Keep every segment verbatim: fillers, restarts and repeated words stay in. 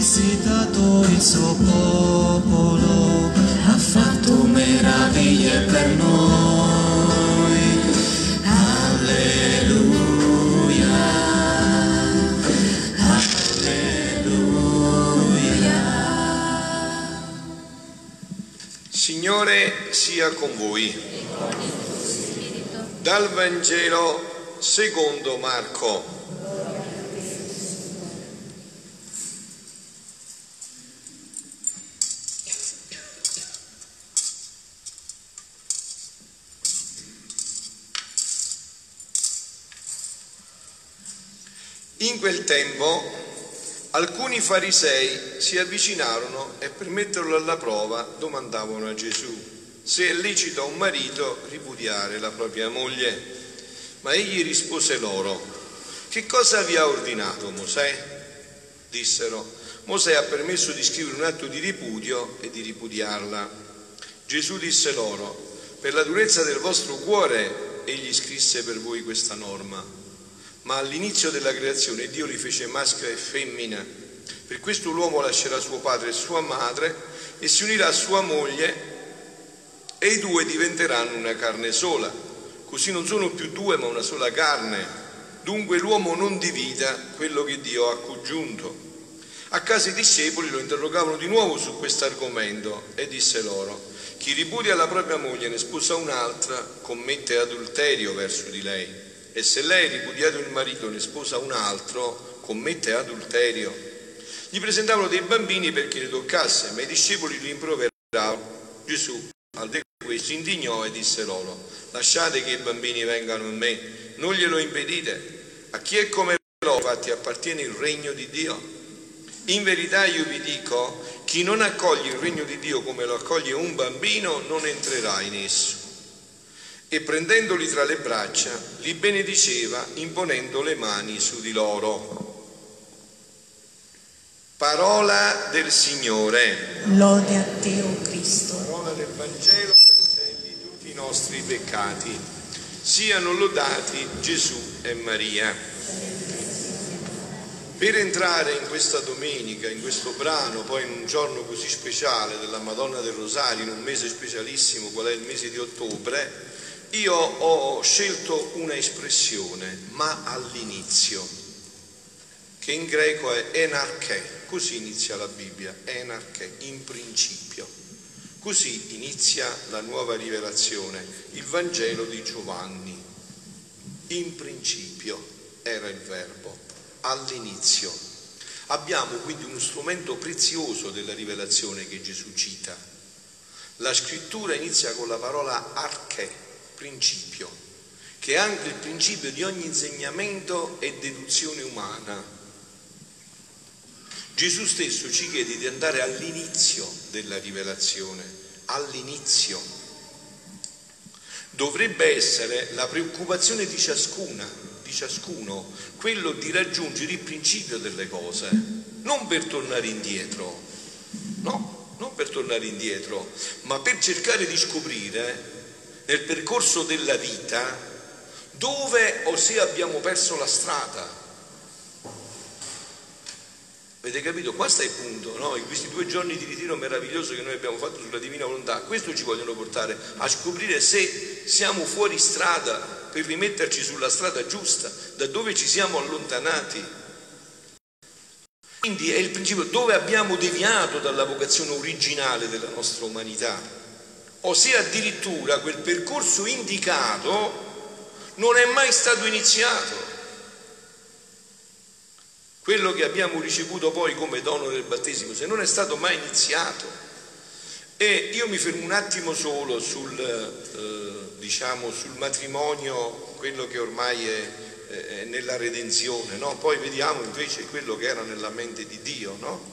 visitato il suo popolo, ha fatto meraviglie per noi. Alleluia, alleluia. Signore sia con voi. Dal Vangelo secondo Marco. In quel tempo alcuni farisei si avvicinarono e per metterlo alla prova domandavano a Gesù se è licito a un marito ripudiare la propria moglie. Ma egli rispose loro: che cosa vi ha ordinato Mosè? Dissero: Mosè ha permesso di scrivere un atto di ripudio e di ripudiarla. Gesù disse loro: per la durezza del vostro cuore egli scrisse per voi questa norma. Ma all'inizio della creazione Dio li fece maschio e femmina. Per questo l'uomo lascerà suo padre e sua madre e si unirà a sua moglie e i due diventeranno una carne sola. Così non sono più due ma una sola carne. Dunque l'uomo non divida quello che Dio ha congiunto. A casa i discepoli lo interrogavano di nuovo su questo argomento e disse loro: chi ripudia la propria moglie e ne sposa un'altra commette adulterio verso di lei. E se lei, ripudiato il marito, ne sposa un altro, commette adulterio. Gli presentavano dei bambini perché li toccasse, ma i discepoli li rimproveravano. Gesù, al dire questo, si indignò e disse loro: lasciate che i bambini vengano a me, non glielo impedite. A chi è come loro, infatti, appartiene il regno di Dio. In verità io vi dico, chi non accoglie il regno di Dio come lo accoglie un bambino, non entrerà in esso. E prendendoli tra le braccia li benediceva imponendo le mani su di loro. Parola del Signore. Lode a te, o Cristo. Parola del Vangelo, cancelli tutti i nostri peccati. Siano lodati Gesù e Maria. Per entrare in questa domenica, in questo brano, poi in un giorno così speciale della Madonna del Rosario, in un mese specialissimo, qual è il mese di ottobre, io ho scelto una espressione, ma all'inizio, che in greco è enarche, così inizia la Bibbia, enarche, in principio. Così inizia la nuova rivelazione, il Vangelo di Giovanni. In principio era il Verbo, all'inizio. Abbiamo quindi uno strumento prezioso della rivelazione che Gesù cita. La scrittura inizia con la parola arche, principio, che è anche il principio di ogni insegnamento e deduzione umana. Gesù stesso ci chiede di andare all'inizio della rivelazione, all'inizio. Dovrebbe essere la preoccupazione di ciascuna, di ciascuno, quello di raggiungere il principio delle cose, non per tornare indietro, no, non per tornare indietro, ma per cercare di scoprire nel percorso della vita dove o se abbiamo perso la strada. Avete capito? Questo è il punto, no? In questi due giorni di ritiro meraviglioso che noi abbiamo fatto sulla Divina Volontà, questo ci vogliono portare a scoprire se siamo fuori strada per rimetterci sulla strada giusta, da dove ci siamo allontanati. Quindi è il principio dove abbiamo deviato dalla vocazione originale della nostra umanità, o se addirittura quel percorso indicato non è mai stato iniziato. Quello che abbiamo ricevuto poi come dono del battesimo, se non è stato mai iniziato. E io mi fermo un attimo solo sul, eh, diciamo, sul matrimonio, quello che ormai è, è nella redenzione, no? Poi vediamo invece quello che era nella mente di Dio, no?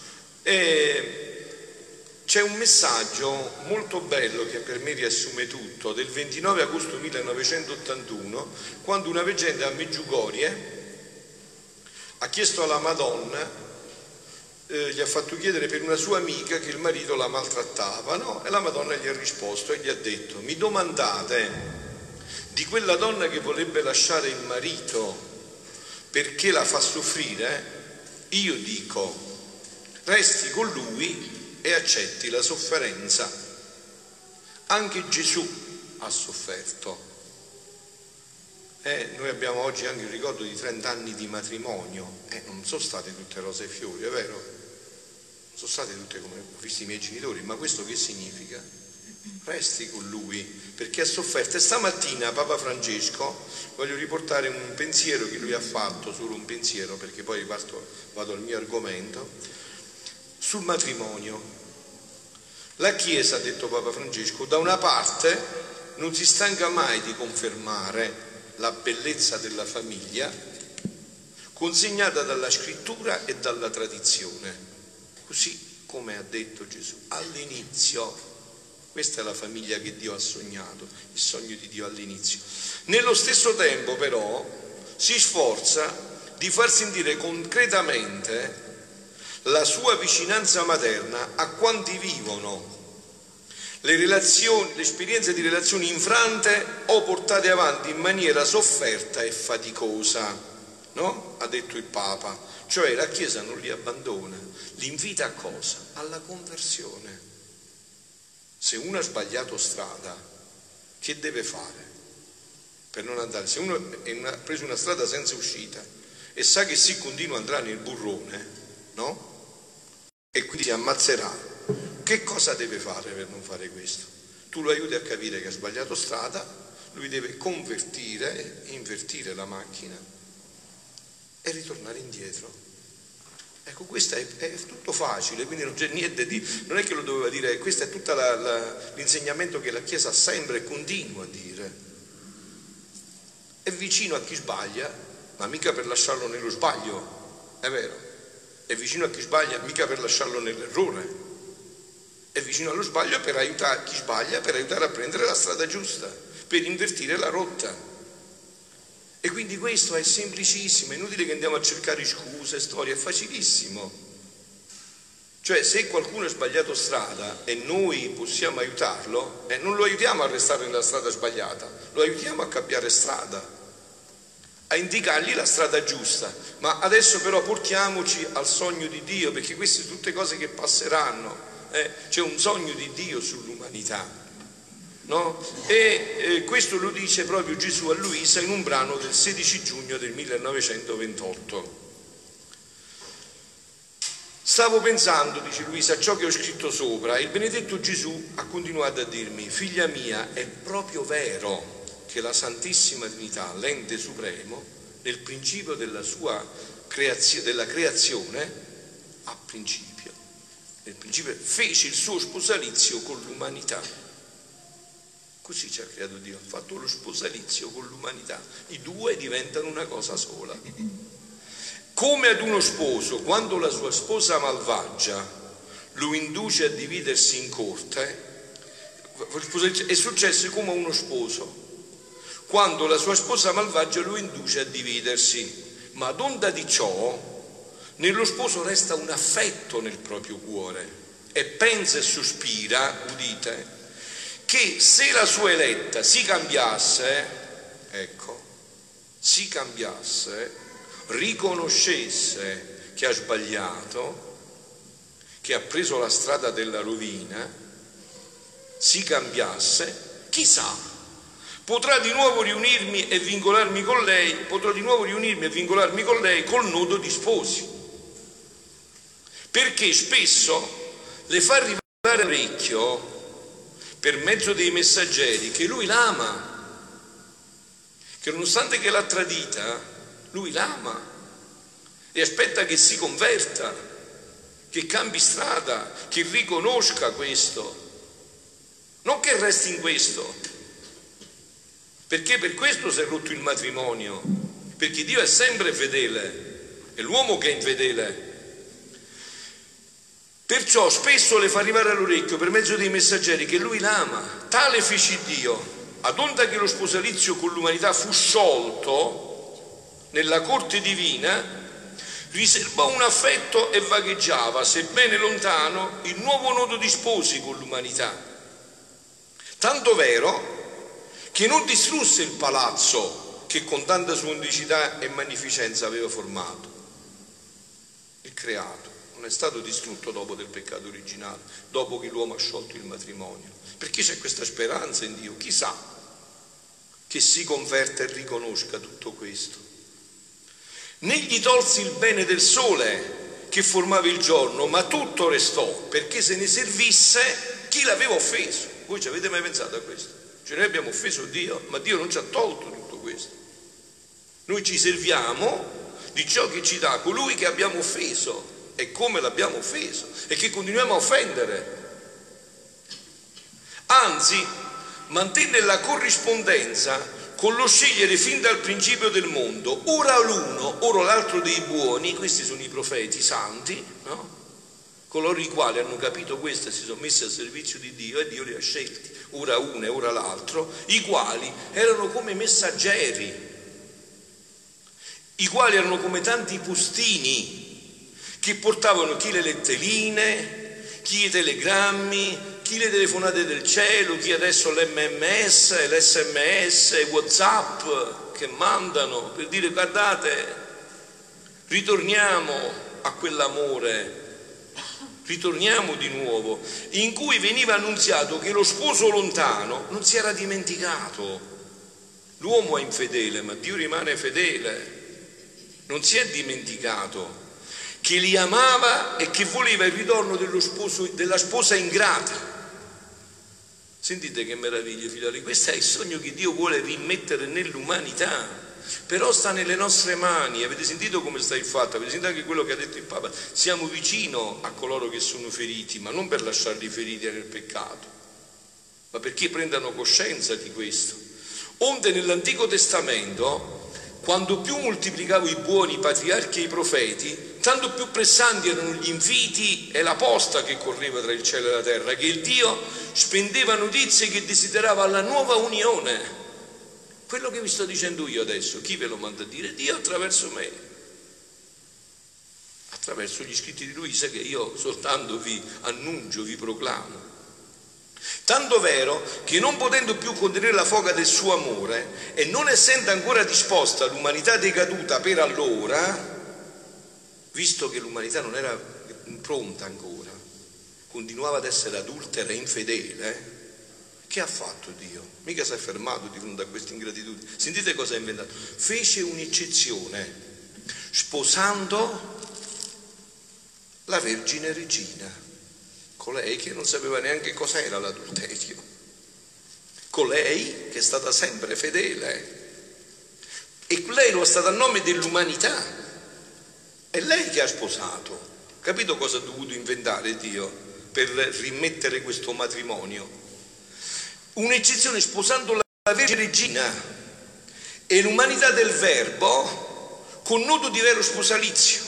E c'è un messaggio molto bello che per me riassume tutto, del ventinove agosto millenovecentottantuno, quando una veggente a Meggiugorie ha chiesto alla Madonna, eh, gli ha fatto chiedere per una sua amica che il marito la maltrattava, no? E la Madonna gli ha risposto e gli ha detto: mi domandate di quella donna che vorrebbe lasciare il marito perché la fa soffrire? Io dico resti con lui e accetti la sofferenza. Anche Gesù ha sofferto. Eh, noi abbiamo oggi anche il ricordo di trenta anni di matrimonio. Eh, non sono state tutte rose e fiori, è vero? Non sono state tutte come ho visto i miei genitori, ma questo che significa? Resti con lui, perché ha sofferto. E stamattina Papa Francesco, voglio riportare un pensiero che lui ha fatto, solo un pensiero, perché poi parto, vado al mio argomento, sul matrimonio. La Chiesa, ha detto Papa Francesco, da una parte non si stanca mai di confermare la bellezza della famiglia consegnata dalla scrittura e dalla tradizione, così come ha detto Gesù all'inizio. Questa è la famiglia che Dio ha sognato, il sogno di Dio all'inizio. Nello stesso tempo però si sforza di far sentire concretamente la sua vicinanza materna a quanti vivono le relazioni, l'esperienza di relazioni infrante o portate avanti in maniera sofferta e faticosa, no? Ha detto il Papa. Cioè la Chiesa non li abbandona, li invita a cosa? Alla conversione. Se uno ha sbagliato strada, che deve fare per non andare? Se uno ha preso una strada senza uscita e sa che si continua andrà nel burrone, no? E quindi si ammazzerà. Che cosa deve fare per non fare questo? Tu lo aiuti a capire che ha sbagliato strada, lui deve convertire, invertire la macchina e ritornare indietro. Ecco, questo è, è tutto facile, quindi non c'è niente di... non è che lo doveva dire, questo è tutto la, la, l'insegnamento che la Chiesa sempre e continua a dire. È vicino a chi sbaglia, ma mica per lasciarlo nello sbaglio, è vero? È vicino a chi sbaglia, mica per lasciarlo nell'errore. È vicino allo sbaglio per aiutare chi sbaglia, per aiutare a prendere la strada giusta, per invertire la rotta. E quindi questo è semplicissimo, è inutile che andiamo a cercare scuse, storie, è facilissimo. Cioè, se qualcuno ha sbagliato strada e noi possiamo aiutarlo, eh, non lo aiutiamo a restare nella strada sbagliata, lo aiutiamo a cambiare strada, a indicargli la strada giusta. Ma adesso però portiamoci al sogno di Dio, perché queste sono tutte cose che passeranno. Eh, c'è un sogno di Dio sull'umanità, no? E eh, questo lo dice proprio Gesù a Luisa in un brano del sedici giugno del millenovecentoventotto. Stavo pensando, dice Luisa, a ciò che ho scritto sopra, e il benedetto Gesù ha continuato a dirmi: figlia mia, è proprio vero che la Santissima Trinità, l'ente supremo, nel principio della sua creazio- della creazione, ha principio. Nel principio fece il suo sposalizio con l'umanità. Così ci ha creato Dio, ha fatto lo sposalizio con l'umanità. I due diventano una cosa sola. Come ad uno sposo, quando la sua sposa malvagia lo induce a dividersi in corte, è successo come a uno sposo, quando la sua sposa malvagia lo induce a dividersi. Ma ad onda di ciò, nello sposo resta un affetto nel proprio cuore e pensa e sospira, udite, che se la sua eletta si cambiasse, ecco, si cambiasse, riconoscesse che ha sbagliato, che ha preso la strada della rovina, si cambiasse, chissà, potrà di nuovo riunirmi e vincolarmi con lei, potrò di nuovo riunirmi e vincolarmi con lei col nodo di sposi. Perché spesso le fa arrivare all'orecchio, per mezzo dei messaggeri, che lui l'ama, che nonostante che l'ha tradita, lui l'ama e aspetta che si converta, che cambi strada, che riconosca questo, non che resti in questo, perché per questo si è rotto il matrimonio, perché Dio è sempre fedele, è l'uomo che è infedele. Perciò spesso le fa arrivare all'orecchio per mezzo dei messaggeri che lui l'ama. Tale fece Dio, ad onda che lo sposalizio con l'umanità fu sciolto nella corte divina, riservò un affetto e vagheggiava, sebbene lontano, il nuovo nodo di sposi con l'umanità. Tanto vero che non distrusse il palazzo che con tanta sua undicità e magnificenza aveva formato e creato. non è stato distrutto dopo del peccato originale, dopo che l'uomo ha sciolto il matrimonio, perché c'è questa speranza in Dio. Chissà che si converta e riconosca tutto questo. Né gli tolsi il bene del sole che formava il giorno, ma tutto restò perché se ne servisse chi l'aveva offeso. Voi ci avete mai pensato a questo? Cioè noi abbiamo offeso Dio, ma Dio non ci ha tolto tutto questo. Noi ci serviamo di ciò che ci dà colui che abbiamo offeso e come l'abbiamo offeso e che continuiamo a offendere. Anzi, mantenne la corrispondenza con lo scegliere fin dal principio del mondo, ora l'uno, ora l'altro dei buoni. Questi sono i profeti santi, no? Coloro i quali hanno capito questo e si sono messi al servizio di Dio e Dio li ha scelti, ora uno e ora l'altro, i quali erano come messaggeri, i quali erano come tanti postini che portavano chi le letterine, chi i telegrammi, chi le telefonate del cielo, chi adesso l'emme emme esse, l'esse emme esse, WhatsApp che mandano per dire guardate, ritorniamo a quell'amore, ritorniamo di nuovo, in cui veniva annunziato che lo sposo lontano non si era dimenticato. L'uomo è infedele, ma Dio rimane fedele, non si è dimenticato, che li amava e che voleva il ritorno dello sposo, della sposa ingrata. Sentite che meraviglia, figlioli, questo è il sogno che Dio vuole rimettere nell'umanità. Però sta nelle nostre mani. Avete sentito come sta il fatto? Avete sentito anche quello che ha detto il Papa? Siamo vicino a coloro che sono feriti, ma non per lasciarli feriti nel peccato, ma perché prendano coscienza di questo. Onde nell'Antico Testamento, quando più moltiplicavo i buoni, i patriarchi e i profeti, tanto più pressanti erano gli inviti e la posta che correva tra il cielo e la terra, che il Dio spendeva notizie che desiderava la nuova unione. Quello che vi sto dicendo io adesso, chi ve lo manda a dire? Dio attraverso me, attraverso gli scritti di Luisa che io soltanto vi annuncio, vi proclamo. Tanto vero che non potendo più contenere la foga del suo amore e non essendo ancora disposta l'umanità decaduta per allora, visto che l'umanità non era pronta ancora, continuava ad essere adultera e infedele, che ha fatto Dio? Mica si è fermato di fronte a questa ingratitudine. Sentite cosa ha inventato. Fece un'eccezione, sposando la Vergine Regina, colei che non sapeva neanche cos'era l'adulterio, colei che è stata sempre fedele, e lei lo è stata a nome dell'umanità, è lei che ha sposato. Capito cosa ha dovuto inventare Dio per rimettere questo matrimonio? Un'eccezione, sposando la Vergine Regina e l'umanità del Verbo con nodo di vero sposalizio,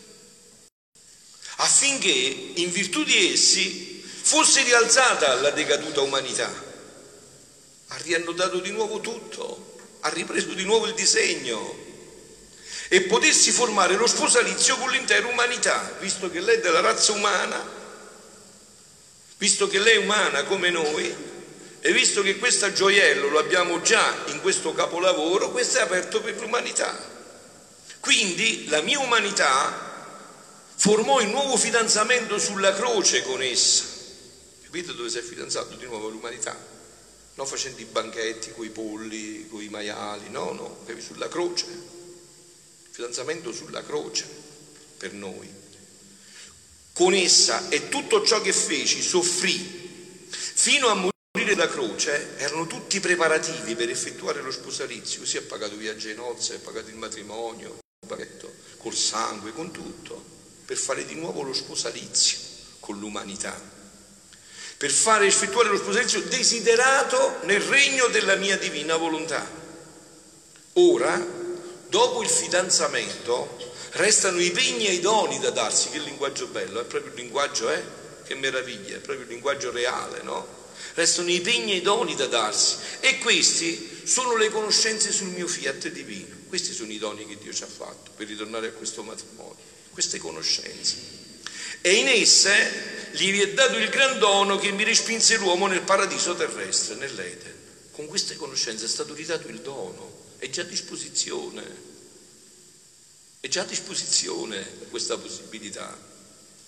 affinché in virtù di essi fosse rialzata la decaduta umanità. Ha riannodato di nuovo tutto, ha ripreso di nuovo il disegno e potessi formare lo sposalizio con l'intera umanità, visto che lei è della razza umana, visto che lei è umana come noi, e visto che questo gioiello lo abbiamo già in questo capolavoro, questo è aperto per l'umanità. Quindi la mia umanità formò il nuovo fidanzamento sulla croce con essa. Capite dove si è fidanzato di nuovo l'umanità? Non facendo i banchetti coi polli, coi maiali, no, no, sulla croce. Fidanzamento sulla croce per noi. Con essa e tutto ciò che feci soffrì fino a morire la croce, erano tutti preparativi per effettuare lo sposalizio. Così ha pagato i viaggi ai nozze, ha pagato il matrimonio, col sangue, con tutto, per fare di nuovo lo sposalizio con l'umanità, per fare effettuare lo sposalizio desiderato nel regno della mia divina volontà. Ora, dopo il fidanzamento, restano i pegni e i doni da darsi. Che linguaggio bello, è proprio il linguaggio, eh? Che meraviglia, è proprio il linguaggio reale, no? Restano i pegni e i doni da darsi, e questi sono le conoscenze sul mio fiat divino. Questi sono i doni che Dio ci ha fatto per ritornare a questo matrimonio, queste conoscenze. E in esse gli vi è dato il gran dono che mi respinse l'uomo nel paradiso terrestre, nell'Eden. Con queste conoscenze è stato ridato il dono, è già a disposizione, è già a disposizione questa possibilità.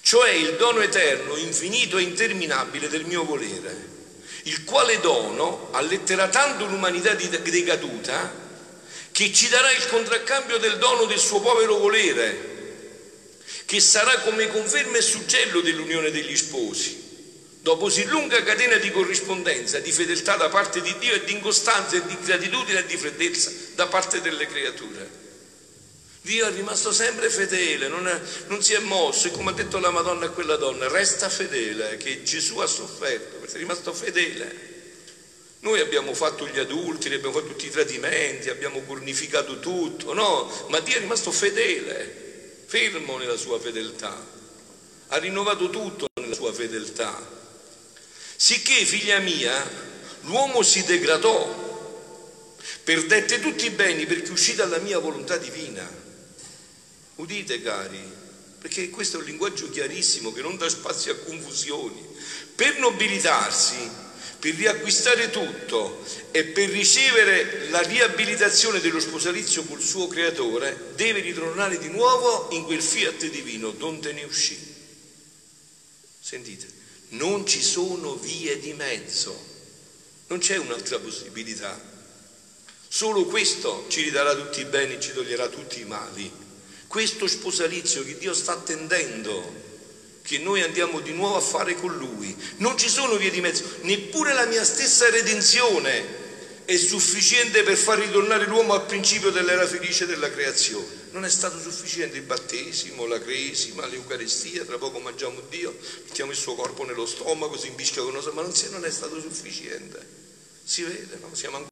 cioè il dono eterno, infinito e interminabile del mio volere, il quale dono alletterà tanto l'umanità decaduta che ci darà il contraccambio del dono del suo povero volere, che sarà come conferma e suggello dell'unione degli sposi, dopo sì lunga catena di corrispondenza, di fedeltà da parte di Dio e di incostanza e di gratitudine e di freddezza da parte delle creature. Dio è rimasto sempre fedele, non, è, non si è mosso, e come ha detto la Madonna a quella donna, resta fedele, che Gesù ha sofferto, perché è rimasto fedele. Noi abbiamo fatto gli adulteri, abbiamo fatto tutti i tradimenti, abbiamo cornificato tutto, no? Ma Dio è rimasto fedele, fermo nella sua fedeltà, ha rinnovato tutto nella sua fedeltà. Sicché, figlia mia, l'uomo si degradò, perdette tutti i beni perché uscì dalla mia volontà divina. Udite, cari, perché questo è un linguaggio chiarissimo che non dà spazio a confusioni. Per nobilitarsi, per riacquistare tutto e per ricevere la riabilitazione dello sposalizio col suo creatore, deve ritornare di nuovo in quel fiat divino donde ne uscì. Sentite, non ci sono vie di mezzo, non c'è un'altra possibilità. Solo questo ci ridarà tutti i beni, ci toglierà tutti i mali. Questo sposalizio che Dio sta attendendo, che noi andiamo di nuovo a fare con Lui. Non ci sono vie di mezzo, neppure la mia stessa redenzione è sufficiente per far ritornare l'uomo al principio dell'era felice della creazione. Non è stato sufficiente il battesimo, la cresima, l'Eucaristia, tra poco mangiamo Dio, mettiamo il suo corpo nello stomaco, si imbisca con noi, ma non, si, non è stato sufficiente. Si vede, no? Siamo ancora